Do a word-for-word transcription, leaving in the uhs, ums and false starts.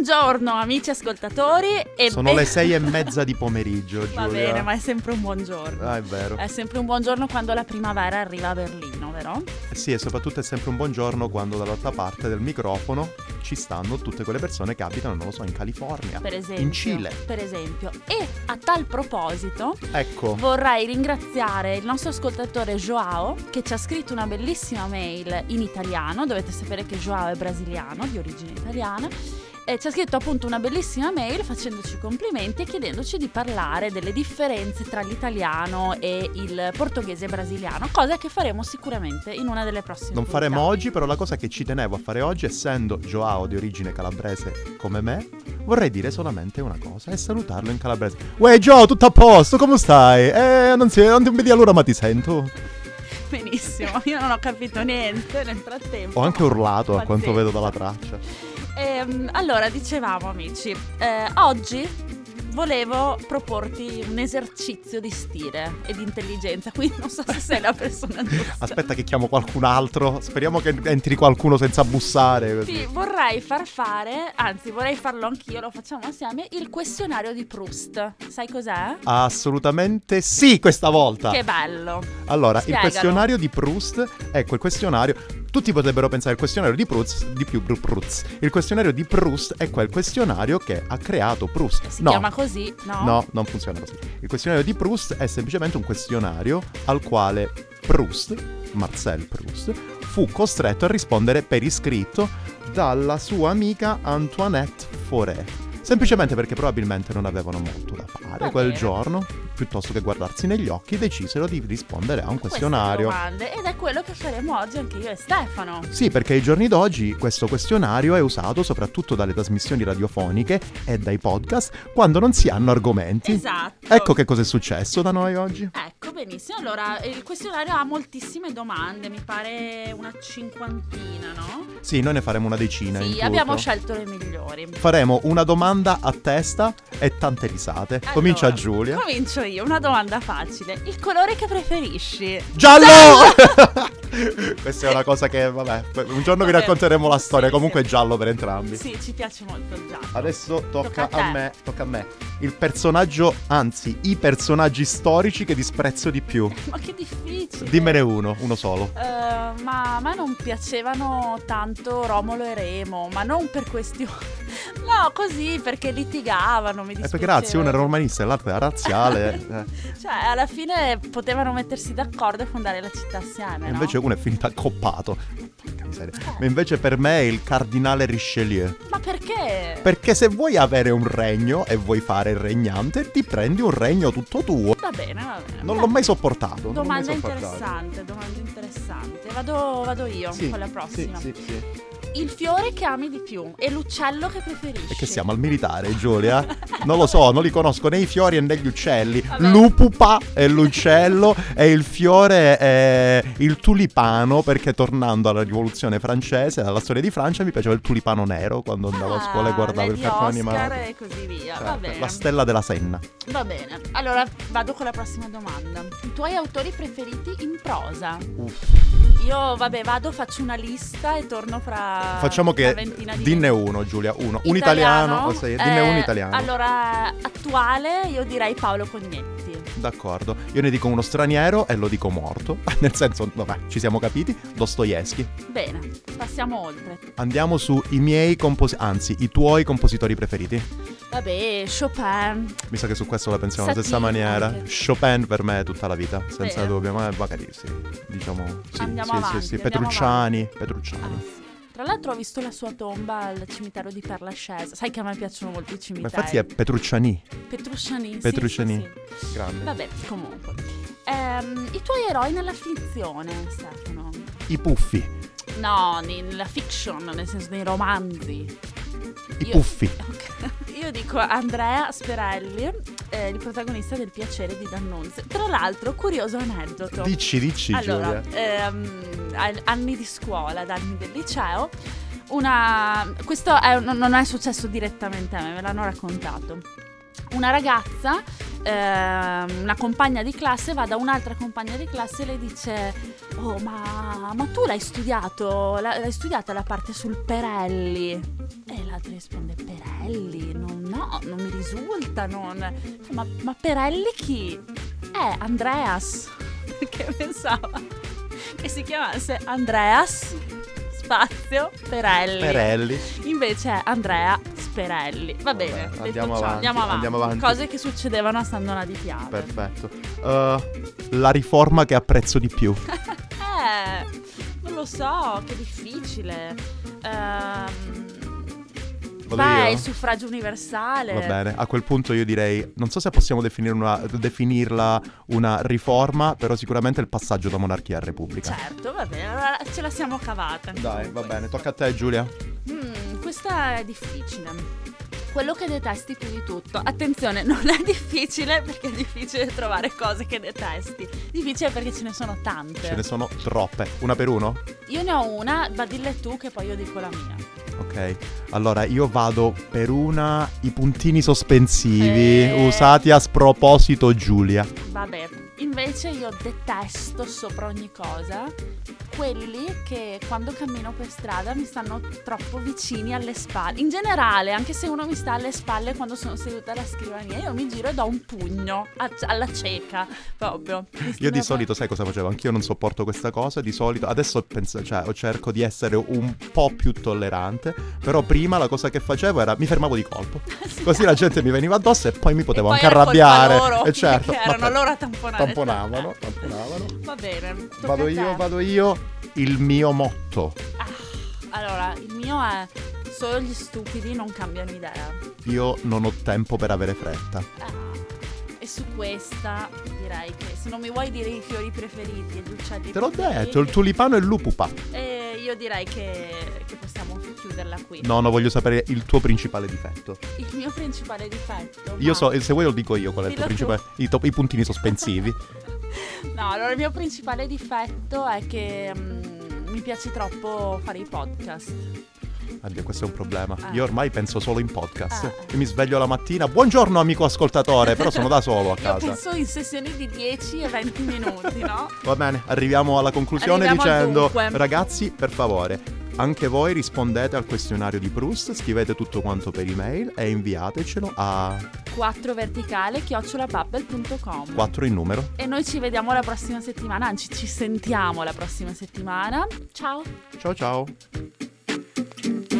Buongiorno amici ascoltatori e Sono ben... le sei e mezza di pomeriggio, Giulia. Va bene, ma è sempre un buongiorno. Ah, è vero. È sempre un buongiorno quando la primavera arriva a Berlino, vero? Eh sì, e soprattutto è sempre un buongiorno quando dall'altra parte del microfono ci stanno tutte quelle persone che abitano, non lo so, in California, per esempio, in Cile. Per esempio. E a tal proposito, ecco, vorrei ringraziare il nostro ascoltatore Joao, che ci ha scritto una bellissima mail in italiano. Dovete sapere che Joao è brasiliano, di origine italiana. E ci ha scritto appunto una bellissima mail facendoci complimenti e chiedendoci di parlare delle differenze tra l'italiano e il portoghese brasiliano, cosa che faremo sicuramente in una delle prossime non puntate. faremo oggi, però la cosa che ci tenevo a fare oggi, essendo Joao di origine calabrese come me, vorrei dire solamente una cosa e salutarlo in calabrese. Uè Joao, tutto a posto, come stai? Eh, non, si, non ti vedi allora ma ti sento. Benissimo, io non ho capito niente nel frattempo. Ho anche urlato a Pazienza. quanto vedo dalla traccia. Ehm, allora, dicevamo amici, eh, oggi volevo proporti un esercizio di stile e di intelligenza, quindi non so se sei la persona giusta. Aspetta che chiamo qualcun altro, speriamo che entri qualcuno senza bussare. Così. Sì, vorrei far fare, anzi vorrei farlo anch'io, lo facciamo assieme, il questionario di Proust. Sai cos'è? Assolutamente sì, questa volta. Che bello. Allora, Spiegalo. il questionario di Proust è quel questionario. Tutti potrebbero pensare al questionario di Proust, di più Proust. Il questionario di Proust è quel questionario che ha creato Proust. Si no. chiama così, no? No, non funziona così. Il questionario di Proust è semplicemente un questionario al quale Proust, Marcel Proust, fu costretto a rispondere per iscritto dalla sua amica Antoinette Fauret. Semplicemente perché probabilmente non avevano molto da fare Va quel bene. giorno, piuttosto che guardarsi negli occhi, decisero di rispondere a un questionario. Queste domande, ed è quello che faremo oggi anche io e Stefano. Sì, perché ai giorni d'oggi questo questionario è usato soprattutto dalle trasmissioni radiofoniche e dai podcast quando non si hanno argomenti. Esatto. Ecco che cosa è successo da noi oggi. Ecco, benissimo. Allora, il questionario ha moltissime domande, mi pare una cinquantina, no? Sì, noi ne faremo una decina in Sì, tutto. abbiamo scelto le migliori. Faremo una domanda a testa e tante risate. Allora, Comincia Giulia. Comincio io, una domanda facile. Il colore che preferisci? Giallo! Questa è una cosa che, vabbè, un giorno vi Vabbè, racconteremo la storia. sì, Comunque sì. è giallo per entrambi. Sì, ci piace molto il giallo. Adesso tocca, Tocca a a, te. me, tocca a me. Il personaggio, anzi, i personaggi storici che disprezzo di più. Ma che difficile. Dimmene uno, uno solo. Eh, ma a me non piacevano tanto Romolo e Remo, ma non per questione. No, così perché litigavano, mi E dispiaceva. perché grazie, uno era romanista e l'altro era razziale. eh. Cioè, alla fine potevano mettersi d'accordo e fondare la città assieme, E no? invece uno è finito accoppato. Porca miseria. Ma invece per me è il cardinale Richelieu. Ma perché? Perché se vuoi avere un regno e vuoi fare il regnante, ti prendi un regno tutto tuo. Va bene, va bene. Non Beh, l'ho mai sopportato. non l'ho mai Domanda sopportato. interessante, domanda interessante. Vado, vado io Sì, con la prossima. Sì, sì, sì. Il fiore che ami di più e l'uccello che preferisci? E che siamo al militare, Giulia? Non lo so, non li conosco né i fiori né gli uccelli. Vabbè. L'upupa è l'uccello e il fiore è il tulipano, perché tornando alla rivoluzione francese, alla storia di Francia, mi piaceva il tulipano nero quando andavo a scuola e guardavo il Lady cartone Oscar animato. e così via. Certo, Va bene. la stella della Senna. Va bene. Allora vado con la prossima domanda. I tuoi autori preferiti in prosa? Uff. Io, vabbè, vado, faccio una lista e torno fra Facciamo una che ventina di dinne minuti. uno, Giulia, uno. Un italiano, o sei- dinne eh, un italiano. Allora, attuale io direi Paolo Cognetti. D'accordo. Io ne dico uno straniero e lo dico morto. Nel senso, vabbè, ci siamo capiti. Dostoevsky. Bene, passiamo oltre. Andiamo su i miei compositori, anzi, i tuoi compositori preferiti. Vabbè, Chopin. Mi sa che su questo la pensiamo alla stessa Satie maniera. anche. Chopin per me è tutta la vita, senza Bene. dubbio, ma magari sì, diciamo sì, Andiamo sì, avanti, sì, sì. andiamo Petrucciani, avanti. Petrucciani. Ah, sì. Tra l'altro ho visto la sua tomba al cimitero di Père Lachaise. Sai che a me piacciono molto i Ma cimiteri. infatti è Petrucciani, Petrucciani. sì, Petrucciani. sì, sì. grande. Vabbè, comunque. Ehm, I tuoi eroi nella finzione, Stefano? I puffi, No, nella fiction, nel senso nei romanzi. i Io- puffi. Ok. Io dico Andrea Sperelli, eh, il protagonista del Piacere di D'Annunzio. Tra l'altro, curioso aneddoto. Dici, dici, Allora, Giulia. ehm, a- anni di scuola, ad anni del liceo, una... Questo è, non non è successo direttamente a me, me l'hanno raccontato. Una ragazza ehm, una compagna di classe va da un'altra compagna di classe e le dice: oh, ma, ma tu l'hai studiato, la- l'hai studiata la parte sul Perelli? E l'altra risponde: Perelli? Non, no, non mi risulta, non... Ma, ma Perelli chi? Eh, Andreas. Che pensava che si chiamasse Andreas spazio Perelli. Perelli. Invece è Andrea Sperelli. Va bene, Vabbè, detto andiamo ciò, avanti, andiamo avanti. andiamo avanti. Cose che succedevano a San Donà di Piave. Perfetto. Uh, la riforma che apprezzo di più. Eh, non lo so, che difficile. Ehm... Vado Beh, io? il suffragio universale. Va bene, a quel punto io direi, non so se possiamo definire una- definirla una riforma, però sicuramente il passaggio da monarchia a repubblica. Certo, va bene, allora ce la siamo cavata. Dai, va Questo. bene, tocca a te Giulia. Mm, questa è difficile. Quello che detesti più di tutto. Attenzione, non è difficile perché è difficile trovare cose che detesti. Difficile perché ce ne sono tante. Ce ne sono troppe. Una per uno? Io ne ho una, ma dille tu che poi io dico la mia. Ok, allora io vado per una i puntini sospensivi Eh. usati a sproposito Giulia. Vabbè, invece io detesto sopra ogni cosa quelli che quando cammino per strada mi stanno troppo vicini alle spalle. In generale, anche se uno mi sta alle spalle quando sono seduta alla scrivania, io mi giro e do un pugno a- alla cieca, proprio. Mi Io sembra di solito sai cosa facevo? Anch'io non sopporto questa cosa, di solito adesso penso, cioè, cerco di essere un po' più tollerante, però prima la cosa che facevo era mi fermavo di colpo. Sì, Così la gente mi veniva addosso e poi mi potevo e poi anche era colpa arrabbiare. loro, E certo, perché erano ma per- loro a tamponare. tamponavano, tamponavano. Va bene, tocca Vado a te. io, vado io. Il mio motto. Ah, allora, il mio è: solo gli stupidi non cambiano idea. Io non ho tempo per avere fretta. Ah, e su questa direi che se non mi vuoi dire i fiori preferiti e gli uccelli Te l'ho preferiti, detto, il tulipano e il lupupa. eh, io direi che, che possiamo chiuderla qui. No, no, voglio sapere il tuo principale difetto. Il mio principale difetto. Io ma- so, se vuoi lo dico io qual è il tuo Dillo principale. I, to- i puntini sospensivi. No, allora il mio principale difetto è che mm, mi piace troppo fare i podcast. Addio, questo è un problema. Ah. Io ormai penso solo in podcast. Ah. Io mi sveglio la mattina. Buongiorno, amico ascoltatore. Però sono da solo a Io casa. penso in sessioni di dieci e venti minuti, no? Va bene, arriviamo alla conclusione Arriviamo al dicendo: dunque. ragazzi, per favore, anche voi rispondete al questionario di Proust, scrivete tutto quanto per email e inviatecelo a quattro verticale chiocciola bubble punto com. quattro in numero. E noi ci vediamo la prossima settimana, anzi ci sentiamo la prossima settimana. Ciao! Ciao ciao.